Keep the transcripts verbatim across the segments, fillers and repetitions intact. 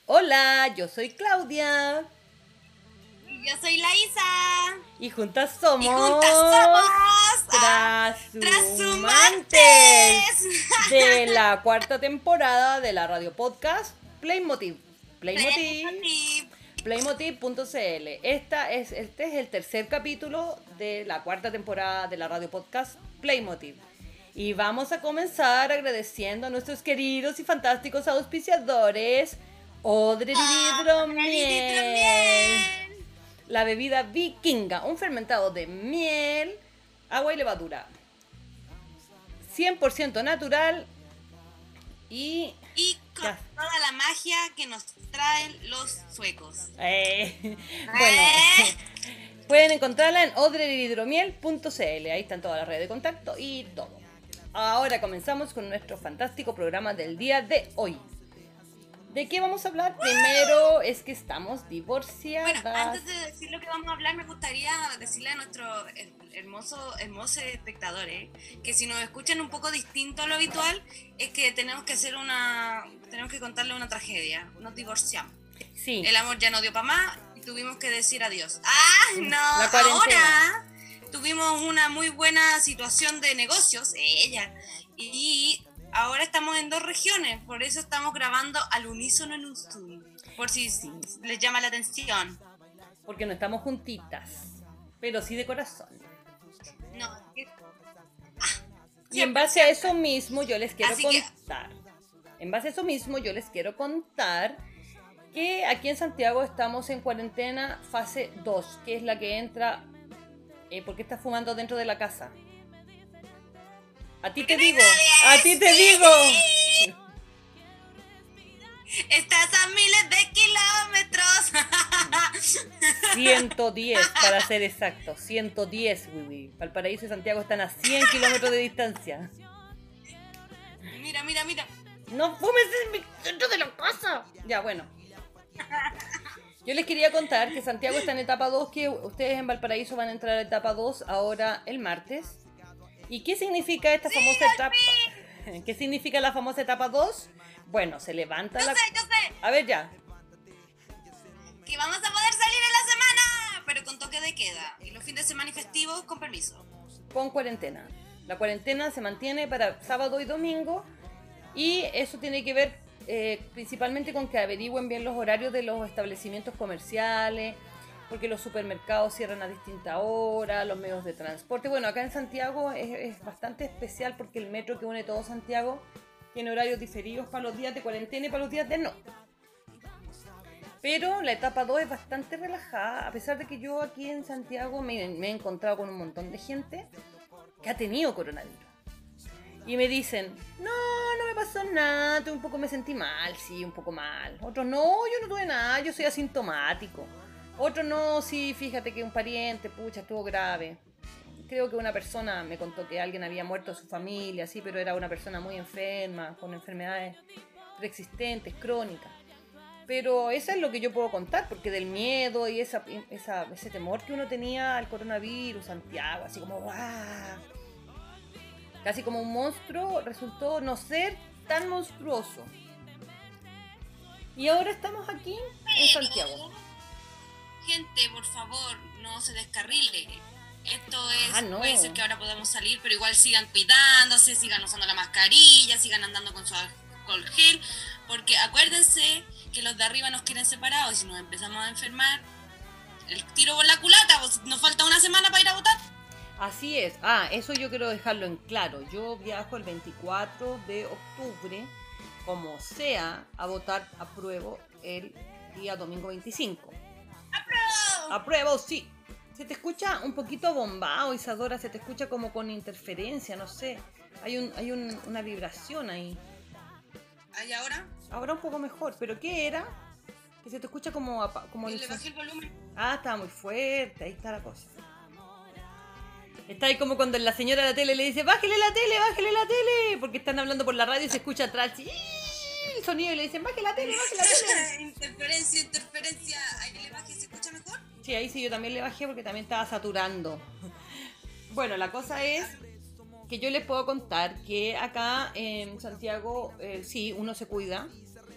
Hola, yo soy Claudia. Y yo soy la Isa. Y juntas somos... Y juntas somos... Trashumantes. De la cuarta temporada de la radio podcast Playmotiv. Playmotiv. Playmotiv punto c l. Esta es, este es el tercer capítulo de la cuarta temporada de la radio podcast Playmotiv. Y vamos a comenzar agradeciendo a nuestros queridos y fantásticos auspiciadores. Odre Hidromiel, la bebida vikinga, un fermentado de miel, agua y levadura, cien por ciento natural y... Y con ya. Toda la magia que nos traen los suecos. Eh, bueno, ¿Eh? Pueden encontrarla en odre hidromiel punto c l, ahí están todas las redes de contacto y todo. Ahora comenzamos con nuestro fantástico programa del día de hoy. ¿De qué vamos a hablar? Primero es que estamos divorciadas. Bueno, antes de decir lo que vamos a hablar, me gustaría decirle a nuestros hermosos hermosos espectadores que si nos escuchan un poco distinto a lo habitual, es que tenemos que hacer una... tenemos que contarle una tragedia. Nos divorciamos. Sí. El amor ya no dio para más y tuvimos que decir adiós. ¡Ah, no! La cuarentena. Ahora tuvimos una muy buena situación de negocios, ella, y... ahora estamos en dos regiones, por eso estamos grabando al unísono en un estudio, por si les llama la atención. Porque no estamos juntitas, pero sí de corazón. No. Ah, y en base a eso mismo yo les quiero Así contar, que... en base a eso mismo yo les quiero contar que aquí en Santiago estamos en cuarentena fase dos, que es la que entra eh, porque está fumando dentro de la casa. A ti te digo, a ti te digo. Estás a miles de kilómetros. ciento diez para ser exacto, ciento diez, Wiwi. Valparaíso y Santiago están a cien kilómetros de distancia. Mira, mira, mira. No fumes dentro de la casa. Ya, bueno. Yo les quería contar que Santiago está en etapa dos, que ustedes en Valparaíso van a entrar a etapa dos ahora el martes. ¿Y qué significa esta sí, famosa etapa? ¿Qué significa la famosa etapa dos? Bueno, se levanta yo la... Yo sé, yo sé. A ver ya. Que vamos a poder salir en la semana, pero con toque de queda. Y los fines de semana y festivos con permiso. Con cuarentena. La cuarentena se mantiene para sábado y domingo. Y eso tiene que ver eh, principalmente con que averigüen bien los horarios de los establecimientos comerciales, porque los supermercados cierran a distinta hora, los medios de transporte. Bueno, acá en Santiago es, es bastante especial porque el metro que une todo Santiago tiene horarios diferidos para los días de cuarentena y para los días de no. Pero la etapa dos es bastante relajada, a pesar de que yo aquí en Santiago me, me he encontrado con un montón de gente que ha tenido coronavirus. Y me dicen, no, no me pasó nada, un poco me sentí mal, sí, un poco mal. Otros, no, yo no tuve nada, yo soy asintomático. Otro no, sí, fíjate que un pariente, pucha, estuvo grave. Creo que una persona me contó que alguien había muerto de su familia, sí, pero era una persona muy enferma, con enfermedades preexistentes, crónicas. Pero eso es lo que yo puedo contar, porque del miedo y esa, esa, ese temor que uno tenía al coronavirus, Santiago, así como ¡guau! Casi como un monstruo, resultó no ser tan monstruoso. Y ahora estamos aquí en Santiago. Gente, por favor, no se descarrile. Esto es, ah, no. Puede ser que ahora podamos salir, pero igual sigan cuidándose, sigan usando la mascarilla, sigan andando con su alcohol gel, porque acuérdense que los de arriba nos quieren separados y si nos empezamos a enfermar, el tiro por la culata, nos falta una semana para ir a votar. Así es. Ah, eso yo quiero dejarlo en claro. Yo viajo el veinticuatro de octubre, como sea, a votar apruebo el día domingo veinticinco. ¡Apruebo! ¡Apruebo, sí! Se te escucha un poquito bombado, Isadora, se te escucha como con interferencia, no sé. Hay un, hay un, una vibración ahí. ¿Ahí ahora? Ahora un poco mejor, pero ¿qué era? Que se te escucha como... como le bajé el volumen. Ah, estaba muy fuerte, ahí está la cosa. Está ahí como cuando la señora de la tele le dice, bájele la tele, bájele la tele, porque están hablando por la radio y se escucha atrás el sonido y le dicen, baje la tele, baje la tele. Interferencia, interferencia. Ahí le bajé, ¿se escucha mejor? Sí, ahí sí yo también le bajé porque también estaba saturando. Bueno, la cosa es que yo les puedo contar que acá en Santiago, eh, sí, uno se cuida.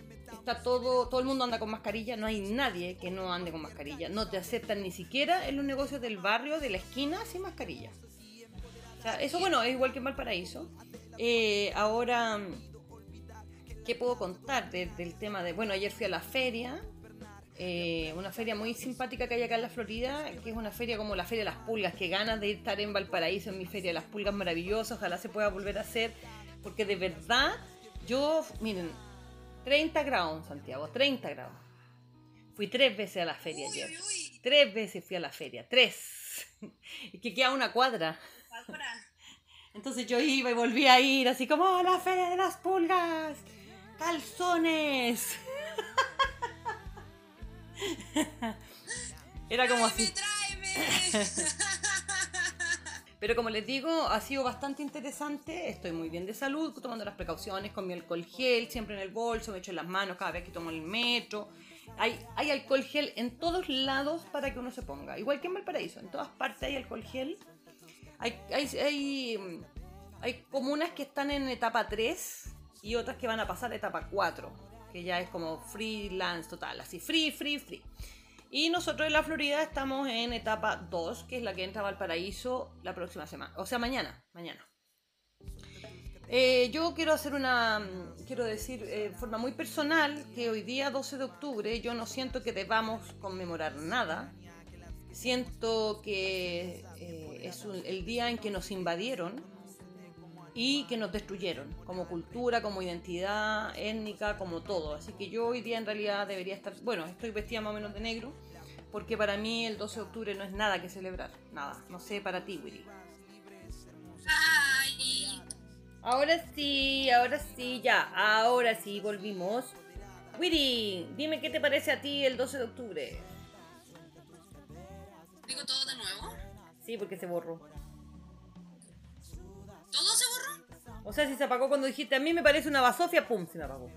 está todo, todo el mundo anda con mascarilla, no hay nadie que no ande con mascarilla. No te aceptan ni siquiera en los negocios del barrio, de la esquina, sin mascarilla. O sea, eso bueno, es igual que en Valparaíso. Eh, ahora, ¿qué puedo contar de, del tema de... Bueno, ayer fui a la feria, eh, una feria muy simpática que hay acá en la Florida, que es una feria como la Feria de las Pulgas, que ganas de estar en Valparaíso, en mi Feria de las Pulgas maravillosa, ojalá se pueda volver a hacer, porque de verdad, yo, miren, treinta grados en Santiago, treinta grados. Fui tres veces a la feria Uy, ayer, uy, uy. tres veces fui a la feria, tres, y que queda una cuadra. Bárbara. Entonces yo iba y volvía a ir, así como, ¡oh, la Feria de las Pulgas! ¡Calzones! Era como así. ¡Tráeme, tráeme! Pero como les digo, ha sido bastante interesante. Estoy muy bien de salud, tomando las precauciones con mi alcohol gel, siempre en el bolso, me echo en las manos cada vez que tomo el metro. Hay, hay alcohol gel en todos lados para que uno se ponga. Igual que en Valparaíso, en todas partes hay alcohol gel. Hay, hay, hay, hay comunas que están en etapa tres y otras que van a pasar a etapa cuatro, que ya es como freelance total, así free, free, free. Y nosotros en la Florida estamos en etapa dos, que es la que entra a Valparaíso la próxima semana, o sea, mañana, mañana. Eh, yo quiero hacer una, quiero decir eh, de forma muy personal, que hoy día doce de octubre yo no siento que debamos conmemorar nada. Siento que eh, es un, el día en que nos invadieron y que nos destruyeron como cultura, como identidad étnica, como todo. Así que yo hoy día en realidad debería estar, bueno, estoy vestida más o menos de negro, porque para mí el doce de octubre no es nada que celebrar, nada. No sé para ti, Willy. Ay, Ahora sí, ahora sí, ya, ahora sí, volvimos. Willy, dime qué te parece a ti el doce de octubre. digo todo de nuevo. Sí, porque se borró. ¿Todo se borró? O sea, si se apagó cuando dijiste, a mí me parece una basofia, pum, se me apagó.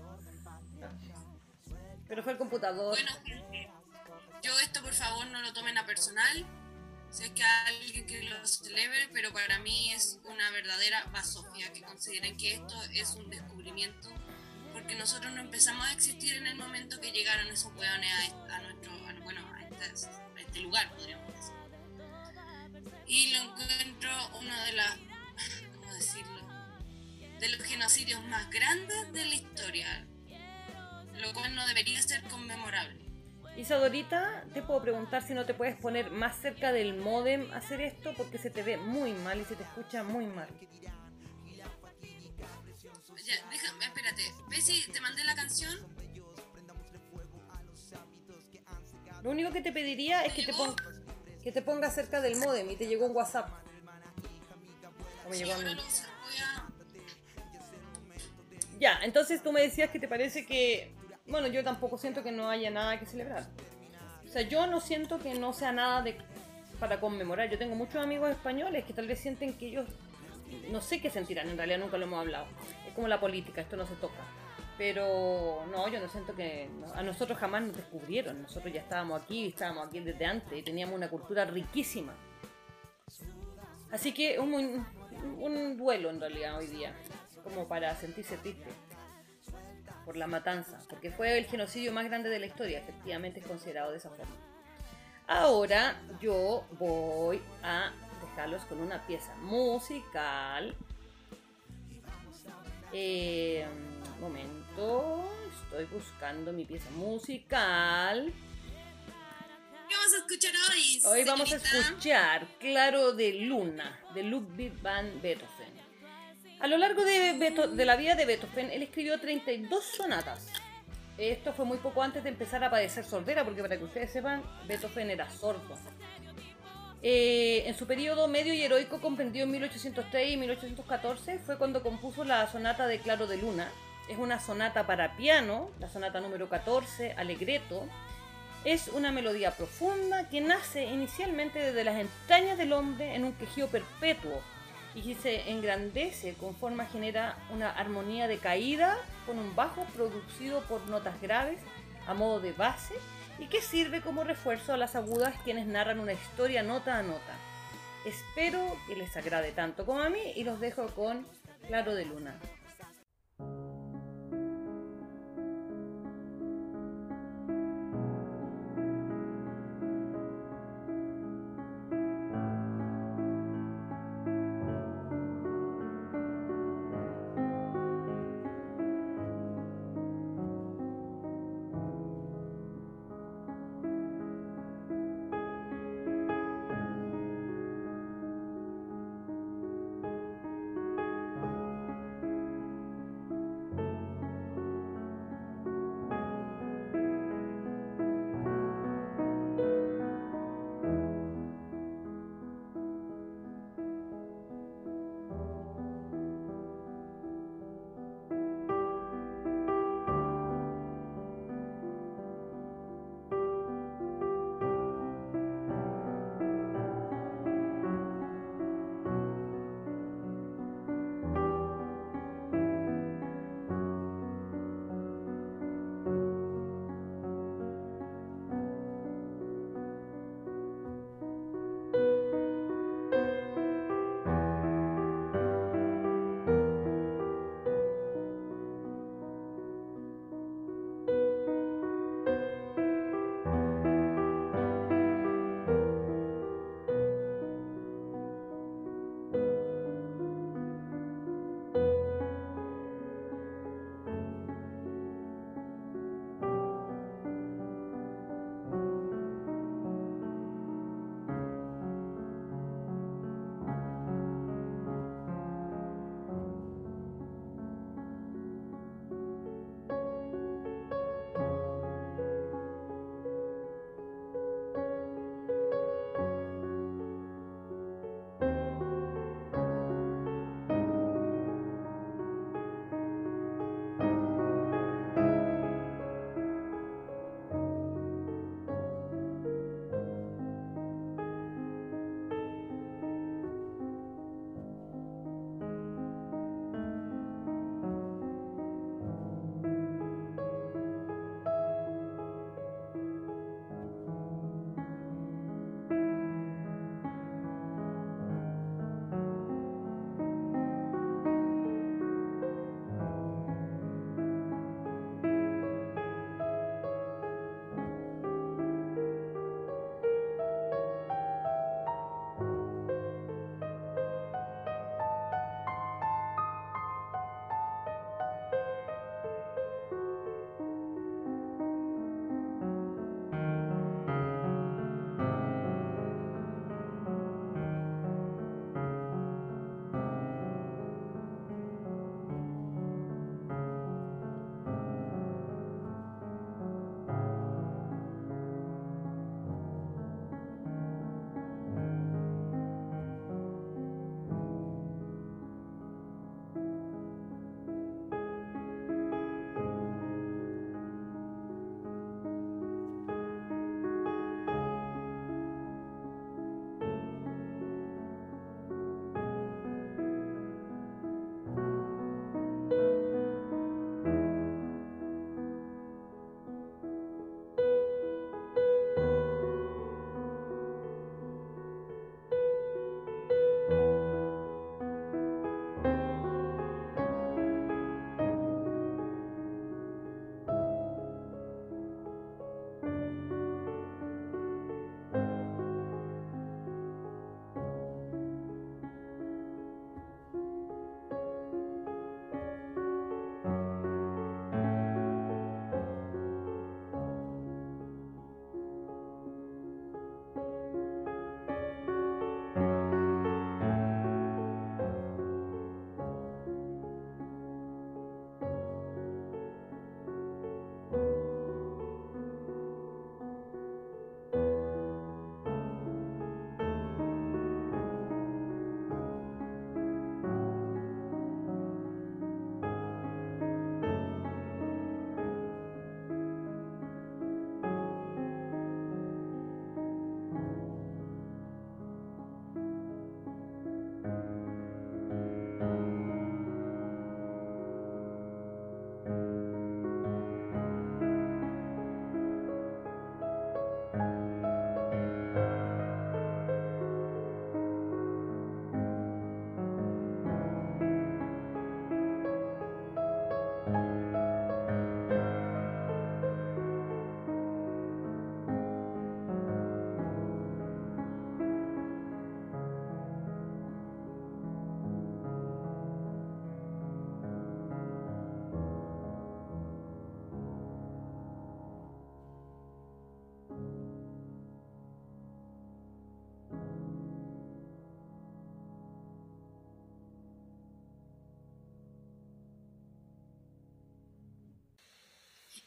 Pero fue el computador. Bueno, yo esto por favor no lo tomen a personal. Sé que hay alguien que lo celebre, pero para mí es una verdadera basofia que consideren que esto es un descubrimiento, porque nosotros no empezamos a existir en el momento que llegaron esos hueones a, a nuestro, a, bueno, a este, a este lugar, podríamos decir. Y lo encuentro uno de las, ¿cómo decirlo? De los genocidios más grandes de la historia, lo cual no debería ser conmemorable. Isadorita, te puedo preguntar si no te puedes poner más cerca del módem a hacer esto, porque se te ve muy mal y se te escucha muy mal. Ya, déjame, espérate, ¿ves si te mandé la canción? Lo único que te pediría es que te, pon que te pongas cerca del módem y te llegó un WhatsApp. O me Sí, llegó a mí. ahora lo uso, voy a... Ya, entonces tú me decías que te parece que... Bueno, yo tampoco siento que no haya nada que celebrar. O sea, yo no siento que no sea nada de para conmemorar. Yo tengo muchos amigos españoles que tal vez sienten que ellos... No sé qué sentirán, en realidad nunca lo hemos hablado. Es como la política, esto no se toca. Pero no, yo no siento que... A nosotros jamás nos descubrieron. Nosotros ya estábamos aquí, estábamos aquí desde antes y teníamos una cultura riquísima. Así que un, un, un duelo en realidad hoy día, como para sentirse triste por la matanza, porque fue el genocidio más grande de la historia, efectivamente es considerado de esa forma. Ahora yo voy a dejarlos con una pieza musical. Eh, un momento, estoy buscando mi pieza musical. ¿Qué vamos a escuchar hoy, Hoy vamos a señorita? escuchar Claro de Luna, de Ludwig van Beethoven. A lo largo de, Beto, de la vida de Beethoven, él escribió treinta y dos sonatas. Esto fue muy poco antes de empezar a padecer sordera, porque para que ustedes sepan, Beethoven era sordo. Eh, en su periodo medio y heroico, comprendido en mil ochocientos tres y mil ochocientos catorce, fue cuando compuso la sonata de Claro de Luna. Es una sonata para piano, la sonata número catorce, Allegretto. Es una melodía profunda que nace inicialmente desde las entrañas del hombre en un quejido perpetuo, y se engrandece conforme genera una armonía de caída con un bajo producido por notas graves a modo de base y que sirve como refuerzo a las agudas quienes narran una historia nota a nota. Espero que les agrade tanto como a mí y los dejo con Claro de Luna.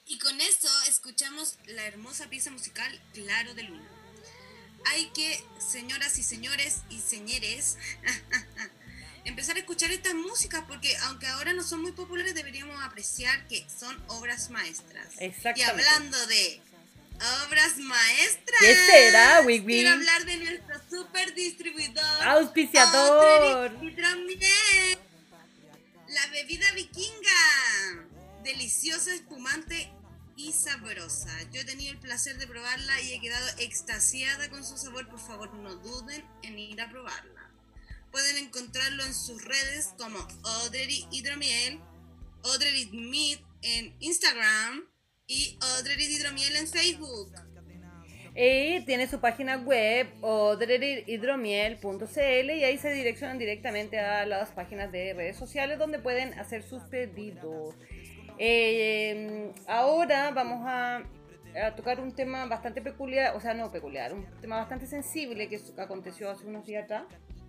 Y con esto escuchamos la hermosa pieza musical Claro de Luna. Hay que, señoras y señores y señores, empezar a escuchar estas músicas porque aunque ahora no son muy populares, deberíamos apreciar que son obras maestras. Exactamente. Y hablando de obras maestras, ¿qué será, Wigwi? quiero hablar de nuestro super distribuidor, auspiciador, Hidromiel, la bebida vikinga, deliciosa, espumante y sabrosa. Yo he tenido el placer de probarla y he quedado extasiada con su sabor. Por favor, no duden en ir a probarla. Pueden encontrarlo en sus redes como Odrerid Hidromiel, Odrerid Mead en Instagram y Odrerid Hidromiel en Facebook. Y tiene su página web odrerid hidromiel punto c l y ahí se direccionan directamente a las páginas de redes sociales donde pueden hacer sus pedidos. Eh, ahora vamos a, a tocar un tema bastante peculiar, o sea, no peculiar, un tema bastante sensible que aconteció hace unos días atrás,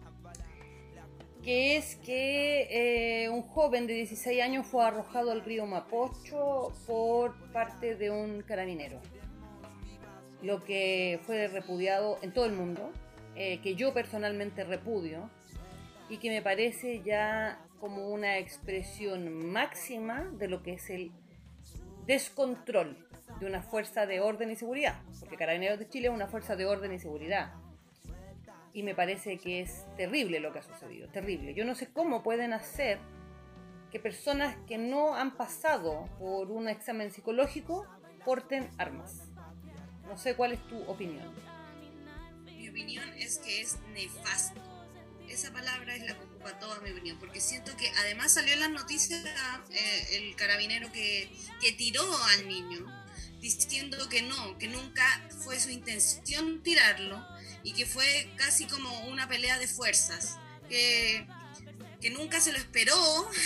que es que eh, un joven de dieciséis años fue arrojado al río Mapocho por parte de un carabinero, lo que fue repudiado en todo el mundo, eh, que yo personalmente repudio y que me parece ya como una expresión máxima de lo que es el descontrol de una fuerza de orden y seguridad, porque Carabineros de Chile es una fuerza de orden y seguridad, y me parece que es terrible lo que ha sucedido, terrible. Yo no sé cómo pueden hacer que personas que no han pasado por un examen psicológico porten armas. No sé cuál es tu opinión. Mi opinión es que es nefasto. Esa palabra es la que ocupa toda mi opinión, porque siento que además salió en las noticias eh, el carabinero que, que tiró al niño, diciendo que no, que nunca fue su intención tirarlo y que fue casi como una pelea de fuerzas, que, que nunca se lo esperó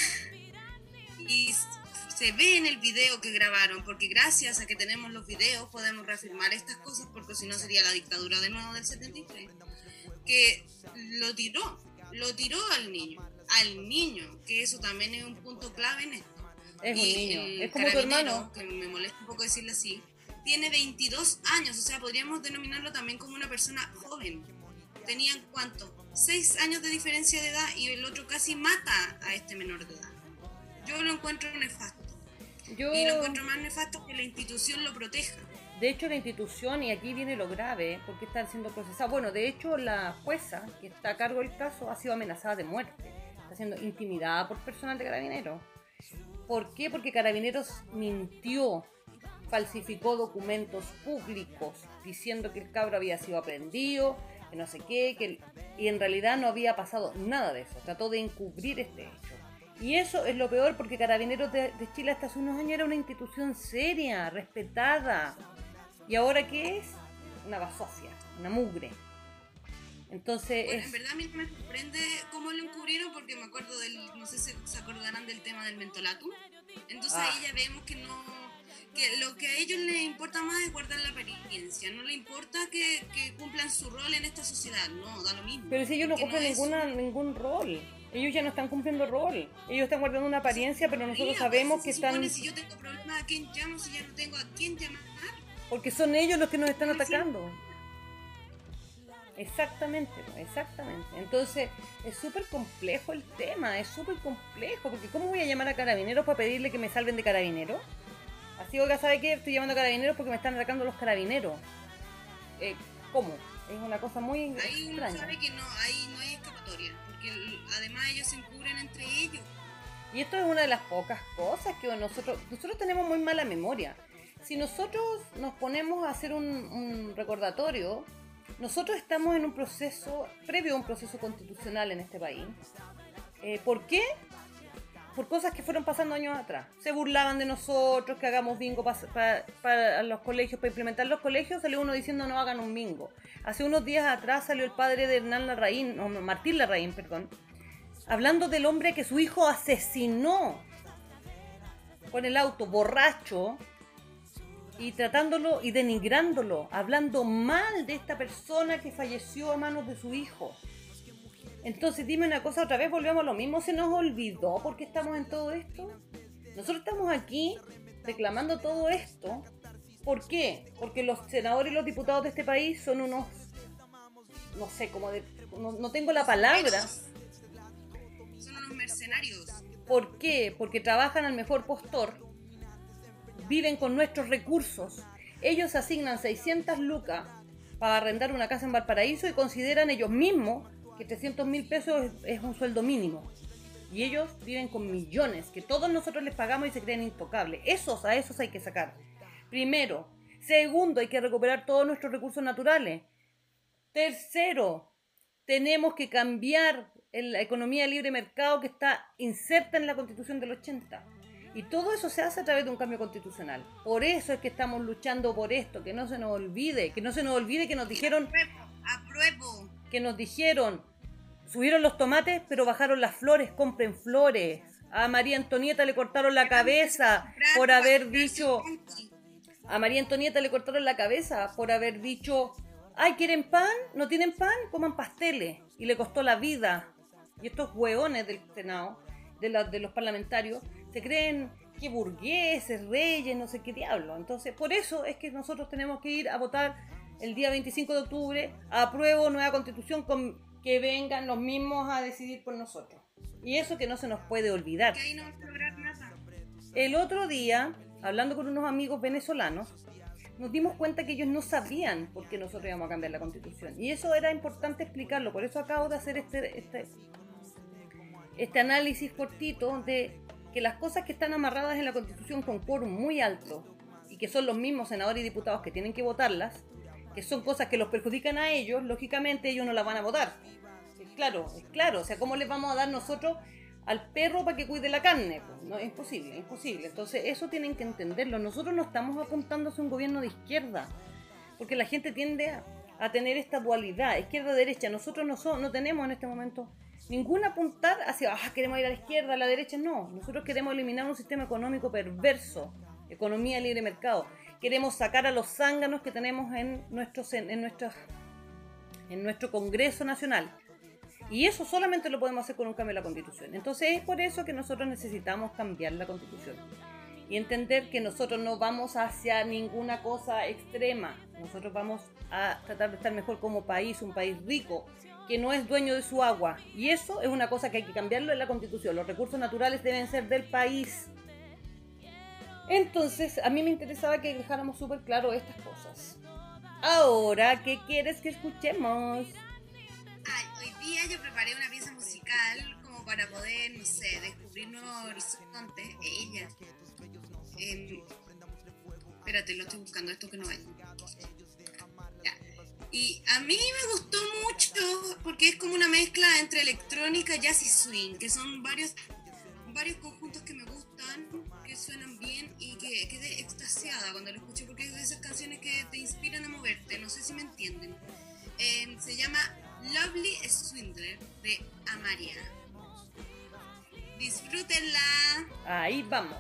y se ve en el video que grabaron, porque gracias a que tenemos los videos podemos reafirmar estas cosas, porque si no sería la dictadura de nuevo del setenta y tres. Que lo tiró, lo tiró al niño, al niño, que eso también es un punto clave en esto. Es y un niño, el es como tu hermano. Que me molesta un poco decirle así, tiene veintidós años, o sea, podríamos denominarlo también como una persona joven. Tenían, ¿cuánto? seis años de diferencia de edad y el otro casi mata a este menor de edad. Yo lo encuentro nefasto. Yo... Y lo encuentro más nefasto que la institución lo proteja. De hecho, la institución, y aquí viene lo grave, porque están siendo procesados. Bueno, de hecho, la jueza que está a cargo del caso ha sido amenazada de muerte. Está siendo intimidada por personal de Carabineros. ¿Por qué? Porque Carabineros mintió, falsificó documentos públicos diciendo que el cabro había sido aprehendido, que no sé qué, que el... y en realidad no había pasado nada de eso. Trató de encubrir este hecho. Y eso es lo peor, porque Carabineros de, de Chile hasta hace unos años era una institución seria, respetada. ¿Y ahora qué es? Una basofia, una mugre. Entonces bueno, es... en verdad a mí me sorprende cómo lo encubrieron, porque me acuerdo del, no sé si se acordarán del tema del mentolatum. Entonces ah. ahí ya vemos que no, que lo que a ellos les importa más es guardar la apariencia. No les importa que, que cumplan su rol en esta sociedad, no, da lo mismo. Pero si ellos no cumplen no ninguna, es... ningún rol. Ellos ya no están cumpliendo rol. Ellos están guardando una apariencia, pero nosotros sabemos que están... Si yo tengo problemas, ¿a quién llamo? Si ya no tengo, ¿a quién llamar? Porque son ellos los que nos están atacando. Exactamente, exactamente. Entonces, es súper complejo el tema, es súper complejo, porque ¿cómo voy a llamar a Carabineros para pedirle que me salven de Carabineros? Así, oiga, ¿sabe qué? Estoy llamando a Carabineros porque me están atacando los Carabineros. Eh, ¿Cómo? Es una cosa muy ahí extraña. Uno sabe que no, ahí no hay escapatoria, porque además ellos se encubren entre ellos. Y esto es una de las pocas cosas que nosotros, nosotros tenemos muy mala memoria. Si nosotros nos ponemos a hacer un, un recordatorio, nosotros estamos en un proceso, previo a un proceso constitucional en este país. Eh, ¿Por qué? Por cosas que fueron pasando años atrás. Se burlaban de nosotros, que hagamos bingo para pa, pa los colegios, para implementar los colegios, salió uno diciendo no hagan un bingo. Hace unos días atrás salió el padre de Hernán Larraín, no, Martín Larraín, perdón, hablando del hombre que su hijo asesinó con el auto, borracho, y tratándolo y denigrándolo, hablando mal de esta persona que falleció a manos de su hijo. Entonces dime una cosa, otra vez volvemos a lo mismo, ¿se nos olvidó por qué estamos en todo esto? Nosotros estamos aquí reclamando todo esto. ¿Por qué? Porque los senadores y los diputados de este país son unos, no sé, como de, no, no tengo la palabra. Son unos mercenarios. ¿Por qué? Porque trabajan al mejor postor, viven con nuestros recursos. Ellos asignan seiscientas lucas para arrendar una casa en Valparaíso y consideran ellos mismos que trescientos mil pesos es, es un sueldo mínimo. Y ellos viven con millones que todos nosotros les pagamos y se creen intocables. Esos, a esos hay que sacar. Primero. Segundo, hay que recuperar todos nuestros recursos naturales. Tercero, tenemos que cambiar la economía de libre mercado que está inserta en la Constitución del ochenta. Y todo eso se hace a través de un cambio constitucional. Por eso es que estamos luchando por esto, que no se nos olvide, que no se nos olvide que nos dijeron... Apruebo, apruebo. Que nos dijeron, subieron los tomates, pero bajaron las flores, compren flores. A María Antonieta le cortaron la cabeza por haber dicho... A María Antonieta le cortaron la cabeza por haber dicho... Ay, ¿quieren pan? ¿No tienen pan? Coman pasteles. Y le costó la vida. Y estos hueones del Senado, de, la, de los parlamentarios, se creen que burgueses, reyes, no sé qué diablo. Entonces, por eso es que nosotros tenemos que ir a votar el día veinticinco de octubre. Apruebo nueva constitución con que vengan los mismos a decidir por nosotros. Y eso que no se nos puede olvidar. Que ahí no va a lograr nada. El otro día, hablando con unos amigos venezolanos, nos dimos cuenta que ellos no sabían por qué nosotros íbamos a cambiar la Constitución. Y eso era importante explicarlo. Por eso acabo de hacer este, este, este análisis cortito de que las cosas que están amarradas en la Constitución con quórum muy alto y que son los mismos senadores y diputados que tienen que votarlas, que son cosas que los perjudican a ellos, lógicamente ellos no las van a votar. Es claro, es claro. O sea, ¿cómo les vamos a dar nosotros al perro para que cuide la carne? Pues no, es imposible, es imposible. Entonces eso tienen que entenderlo. Nosotros no estamos apuntando hacia un gobierno de izquierda, porque la gente tiende a, a tener esta dualidad, izquierda-derecha. Nosotros no, so, no tenemos en este momento ningún apuntar hacia, ah, queremos ir a la izquierda, a la derecha, no. Nosotros queremos eliminar un sistema económico perverso, economía libre mercado. Queremos sacar a los zánganos que tenemos en, nuestros, en, en, nuestros, en nuestro Congreso Nacional. Y eso solamente lo podemos hacer con un cambio de la Constitución. Entonces es por eso que nosotros necesitamos cambiar la Constitución. Y entender que nosotros no vamos hacia ninguna cosa extrema. Nosotros vamos a tratar de estar mejor como país, un país rico, que no es dueño de su agua. Y eso es una cosa que hay que cambiarlo en la Constitución. Los recursos naturales deben ser del país. Entonces, a mí me interesaba que dejáramos súper claro estas cosas. Ahora, ¿qué quieres que escuchemos? Ay, hoy día yo preparé una pieza musical como para poder, no sé, descubrir nuevos horizontes. Ella. Eh, espérate, lo estoy buscando, esto que no hay. Ya. Y a mí me gustó mucho porque es como una mezcla entre electrónica, jazz y swing, que son varios, varios conjuntos que me gustan, que suenan bien y que quedé extasiada cuando lo escuché porque es de esas canciones que te inspiran a moverte, no sé si me entienden. Eh, se llama Lovely Swindler de Amaria. Disfrútenla. Ahí vamos.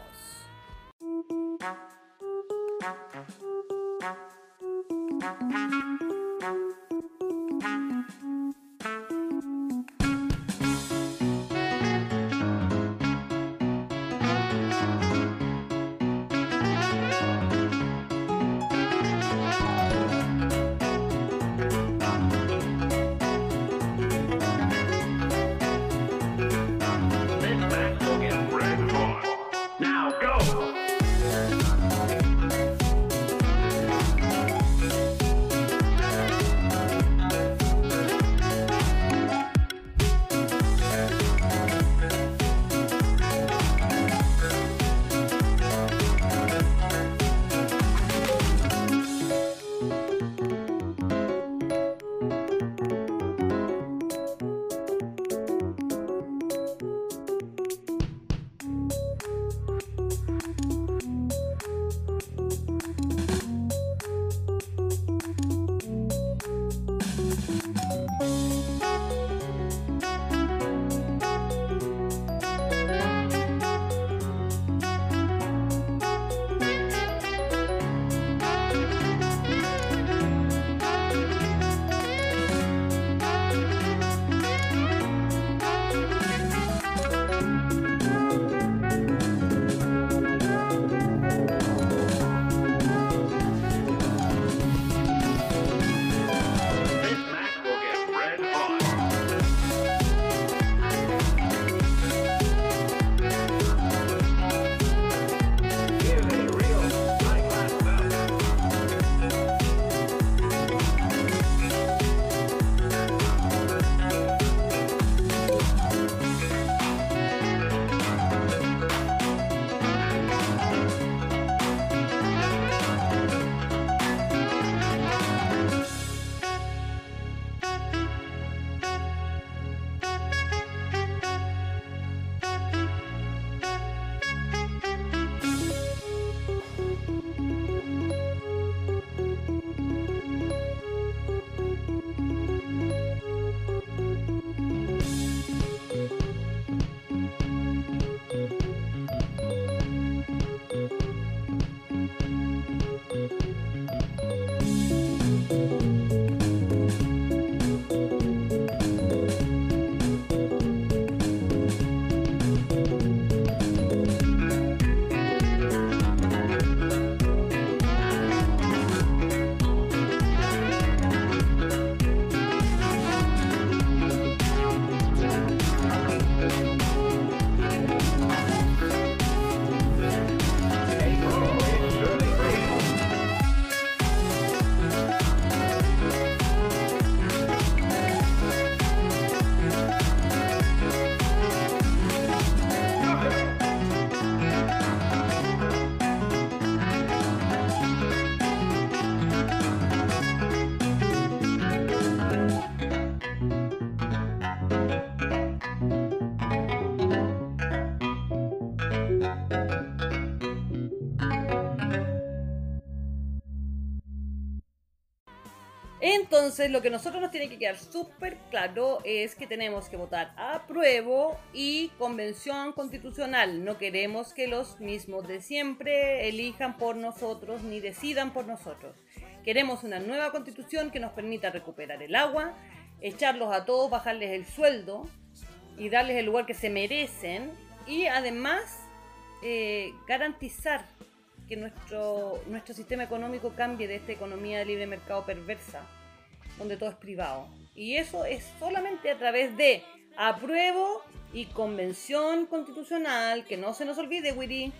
Entonces, lo que a nosotros nos tiene que quedar súper claro es que tenemos que votar apruebo y convención constitucional. No queremos que los mismos de siempre elijan por nosotros ni decidan por nosotros. Queremos una nueva constitución que nos permita recuperar el agua, echarlos a todos, bajarles el sueldo y darles el lugar que se merecen y además eh, garantizar que nuestro, nuestro sistema económico cambie de esta economía de libre mercado perversa, donde todo es privado. Y eso es solamente a través de apruebo y convención constitucional, que no se nos olvide, Wiri.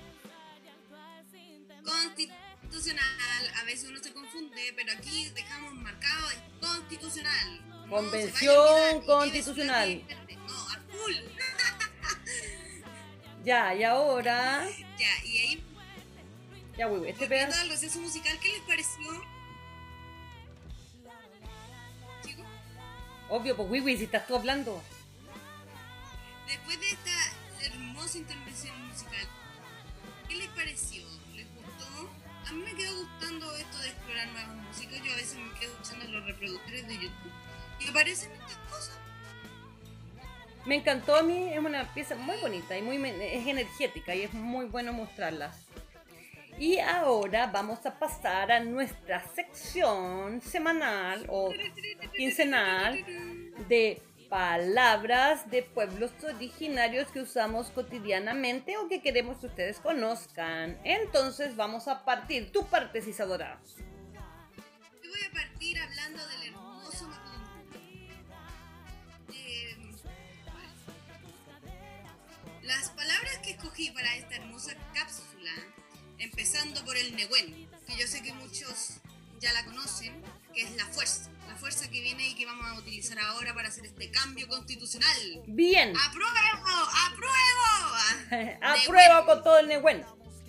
Constitucional, a veces uno se confunde, pero aquí dejamos marcado es constitucional. Convención no constitucional. No, a full. Ya, y ahora... Ya, y ahí... Ya, Wiri, este pedazo... pedazo... al receso musical, ¿qué les pareció? ¿Chicos? Obvio, pues Wiri, si estás tú hablando. Después de esta hermosa intervención musical, ¿qué les pareció? ¿Les gustó? A mí me quedó gustando esto de explorar nuevas músicas. Yo a veces me quedo escuchando los reproductores de YouTube y me parecen estas cosas. Me encantó a mí, es una pieza muy bonita y muy es energética y es muy bueno mostrarlas. Y ahora vamos a pasar a nuestra sección semanal o quincenal de palabras de pueblos originarios que usamos cotidianamente o que queremos que ustedes conozcan. Entonces vamos a partir. Tu parte, Isadora. Yo voy a partir hablando del hermoso Mapudungun. Eh, las palabras que escogí para esta hermosa cápsula, empezando por el Nehuen, que yo sé que muchos ya la conocen, que es la fuerza. La fuerza que viene y que vamos a utilizar ahora para hacer este cambio constitucional. Bien. ¡Apruebo! ¡Apruebo! ¡Apruebo con todo el Nehuen!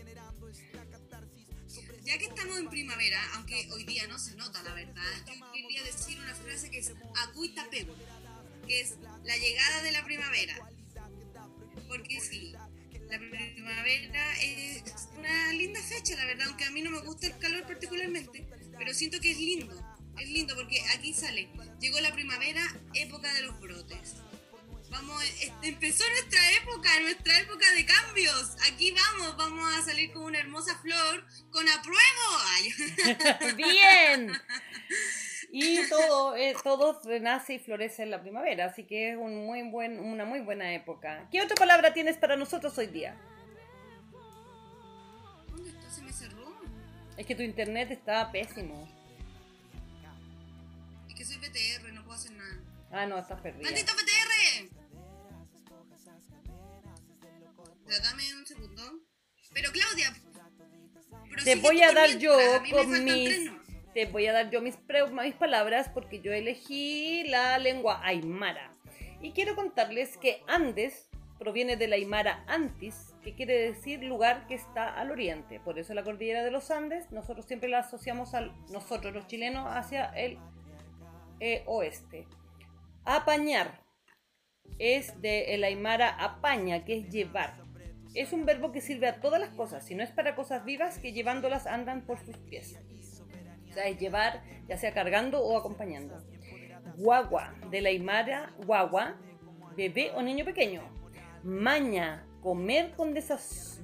Ya que estamos en primavera, aunque hoy día no se nota la verdad, yo quería decir una frase que es Acuitapegu, que es la llegada de la primavera. Porque sí, la primavera es una linda fecha, la verdad, aunque a mí no me gusta el calor particularmente, pero siento que es lindo, es lindo porque aquí sale, llegó la primavera, época de los brotes. Vamos, empezó nuestra época, nuestra época de cambios. Aquí vamos, vamos a salir con una hermosa flor, con apruebo. Bien. Y todo, eh, todo renace y florece en la primavera, así que es un muy buen, una muy buena época. ¿Qué otra palabra tienes para nosotros hoy día? ¿Dónde está? Se me cerró. Es que tu internet está pésimo. Es que soy B T R, no puedo hacer nada. Ah, no, estás perdida. ¡Maldito B T R! Dame un segundo. Pero Claudia, te voy a dar yo con mis... Te voy a dar yo mis, pre- mis palabras porque yo elegí la lengua aymara. Y quiero contarles que Andes proviene de la aymara Antis, que quiere decir lugar que está al oriente. Por eso la cordillera de los Andes, nosotros siempre la asociamos a nosotros los chilenos hacia el eh, oeste. Apañar es de el aymara apaña, que es llevar. Es un verbo que sirve a todas las cosas, si no es para cosas vivas que llevándolas andan por sus pies. O sea, es llevar, ya sea cargando o acompañando. Guagua, de la aymara guagua, bebé o niño pequeño. Maña, comer con desas-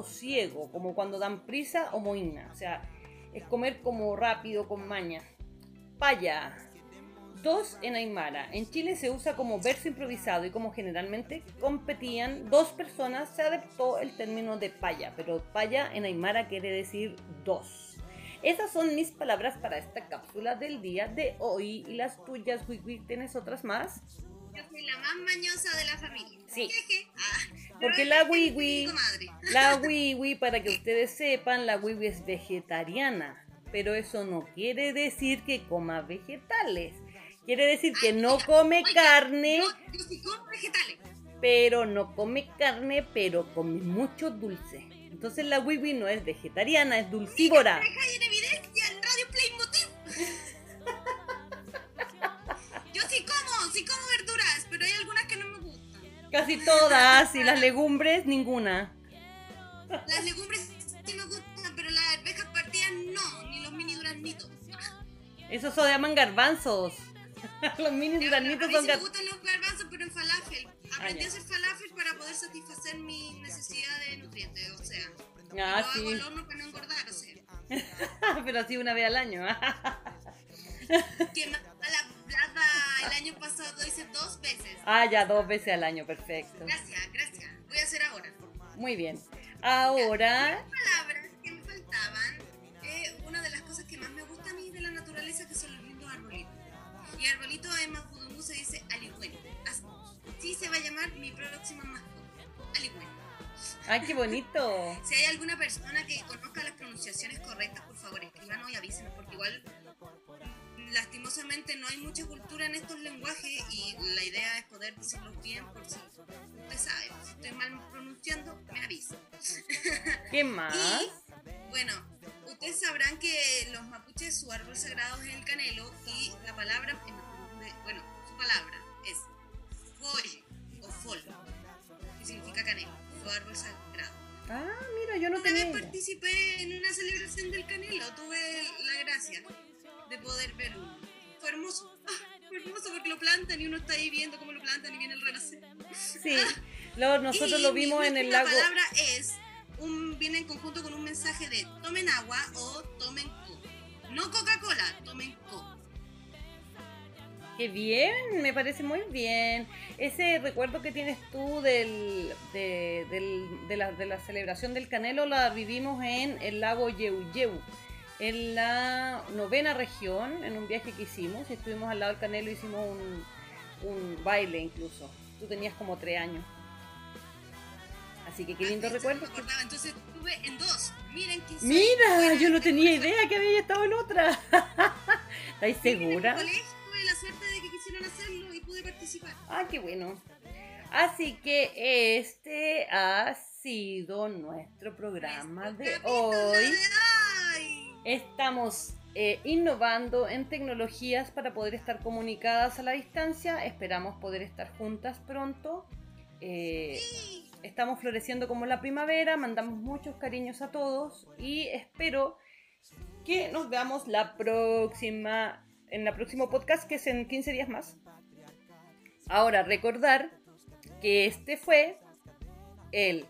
desasosiego, como cuando dan prisa o moina. O sea, es comer como rápido, con maña. paya. Dos en aymara. En Chile se usa como verso improvisado y como generalmente competían dos personas, se adoptó el término de paya, pero paya en aymara quiere decir dos. Esas son mis palabras para esta cápsula del día de hoy. ¿Y las tuyas, Wiwi? ¿Tienes otras más? Yo soy la más mañosa de la familia. Sí. Ah, porque la Wiwi, la Wiwi, para que ustedes sepan, la Wiwi es vegetariana. Pero eso no quiere decir que coma vegetales. Quiere decir que no come carne, yo, yo sí como vegetales. Pero no come carne, pero come mucho dulce. Entonces la Wiwi no es vegetariana, es dulcívora. Mira, deja en evidencia en Radio Playmotiv. Yo sí como, sí como verduras, pero hay algunas que no me gustan. Casi todas, y las legumbres, ninguna. Las legumbres sí me gustan, pero las arvejas partidas no, ni los mini duraznitos. Esos se llaman garbanzos. Los mini duranitos son garbanzos. A mí sí me gustan los garbanzos, pero en falafel. Aprendí ah, a hacer falafel para poder satisfacer mi necesidad de nutrientes, o sea. Ah, lo sí. hago al horno para no engordar, o sea. Pero así una vez al año. Qué mala plata. El año pasado hice dos veces. Ah, ya, dos veces al año, perfecto. Gracias, gracias. Voy a hacer ahora. Muy bien. Ahora... Las palabras que me faltaban, eh, una de las cosas que más me gusta a mí de la naturaleza, que son los lindos arbolitos. Y arbolito en mapudungún se dice aligüen. Así se va a llamar mi próxima mascota, aligüen. ¡Ay, qué bonito! Si hay alguna persona que conozca las pronunciaciones correctas, por favor escríbanos y avísenos, porque igual lastimosamente no hay mucha cultura en estos lenguajes y la idea es poder decirlos bien, por si usted sabe, si estoy mal pronunciando, me avisa. ¿Qué más? Y bueno, ustedes sabrán que los mapuches, su árbol sagrado es el canelo, y la palabra, bueno, su palabra es folle o fol, que significa canelo, su árbol sagrado. Ah, mira, yo no Una tenía vez idea. participé en una celebración del canelo, tuve la gracia de poder ver uno. Fue hermoso, ah, fue hermoso porque lo plantan y uno está ahí viendo cómo lo plantan y viene el renacer. Sí, lo, nosotros y lo vimos mi en el última lago. palabra es, un, viene en conjunto con un mensaje de tomen agua o tomen co. No Coca-Cola, tomen co. ¡Qué bien! Me parece muy bien. Ese recuerdo que tienes tú del, de, del, de, la, de la celebración del Canelo la vivimos en el lago Yeuyeu, en la novena región, en un viaje que hicimos. Estuvimos al lado del Canelo, hicimos un, un baile incluso. Tú tenías como tres años. Así que qué lindo ah, recuerdo. No me entonces estuve en dos. Miren que Mira, yo no tenía idea que había estado en otra. ¿Estáis segura? En el colegio tuve la suerte de que quisieron hacerlo y pude participar. Ah, qué bueno. Así que este ha sido nuestro programa de hoy. Estamos eh, innovando en tecnologías para poder estar comunicadas a la distancia. Esperamos poder estar juntas pronto. Eh, Sí. Estamos floreciendo como la primavera. Mandamos muchos cariños a todos y espero que nos veamos la próxima, en el próximo podcast, que es en quince días más. Ahora, recordar que este fue el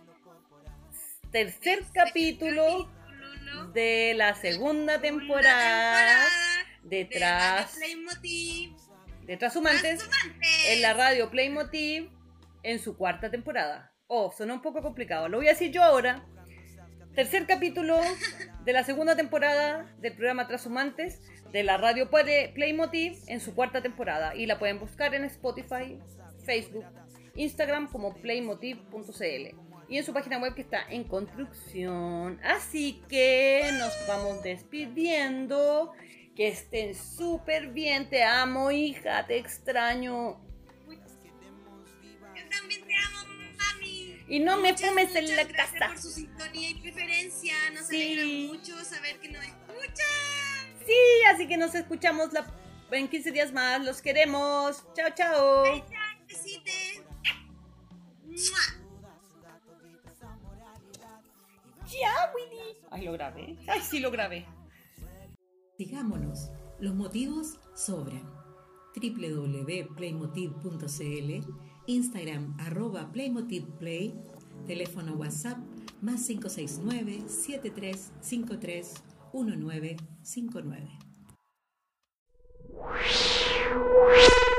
tercer capítulo de la segunda temporada de Tras de Trashumantes en la radio Playmotiv en su cuarta temporada. Oh, sonó un poco complicado, lo voy a decir yo ahora. Tercer capítulo de la segunda temporada del programa Trashumantes de la radio Playmotiv en su cuarta temporada, y la pueden buscar en Spotify, Facebook, Instagram como playmotiv punto cl y en su página web que está en construcción. Así que nos vamos despidiendo. Que estén súper bien. Te amo, hija, te extraño. Yo también te amo, mami. Y no me Muchas, fumes en muchas la gracias casa. por su sintonía y preferencia. Nos Sí. alegra mucho saber que nos escuchan. Sí, así que nos escuchamos la... en quince días más. Los queremos. Chao, chao. Bye, chao, besite. ¡Mua! Ya, Winnie. Ay, lo grabé. Ay, sí, lo grabé. Sigámonos, los motivos sobran. doble u doble u doble u punto playmotiv punto cl, Instagram arroba playmotivplay, teléfono WhatsApp más cinco seis nueve, siete tres cinco tres, uno nueve cinco nueve. Wow.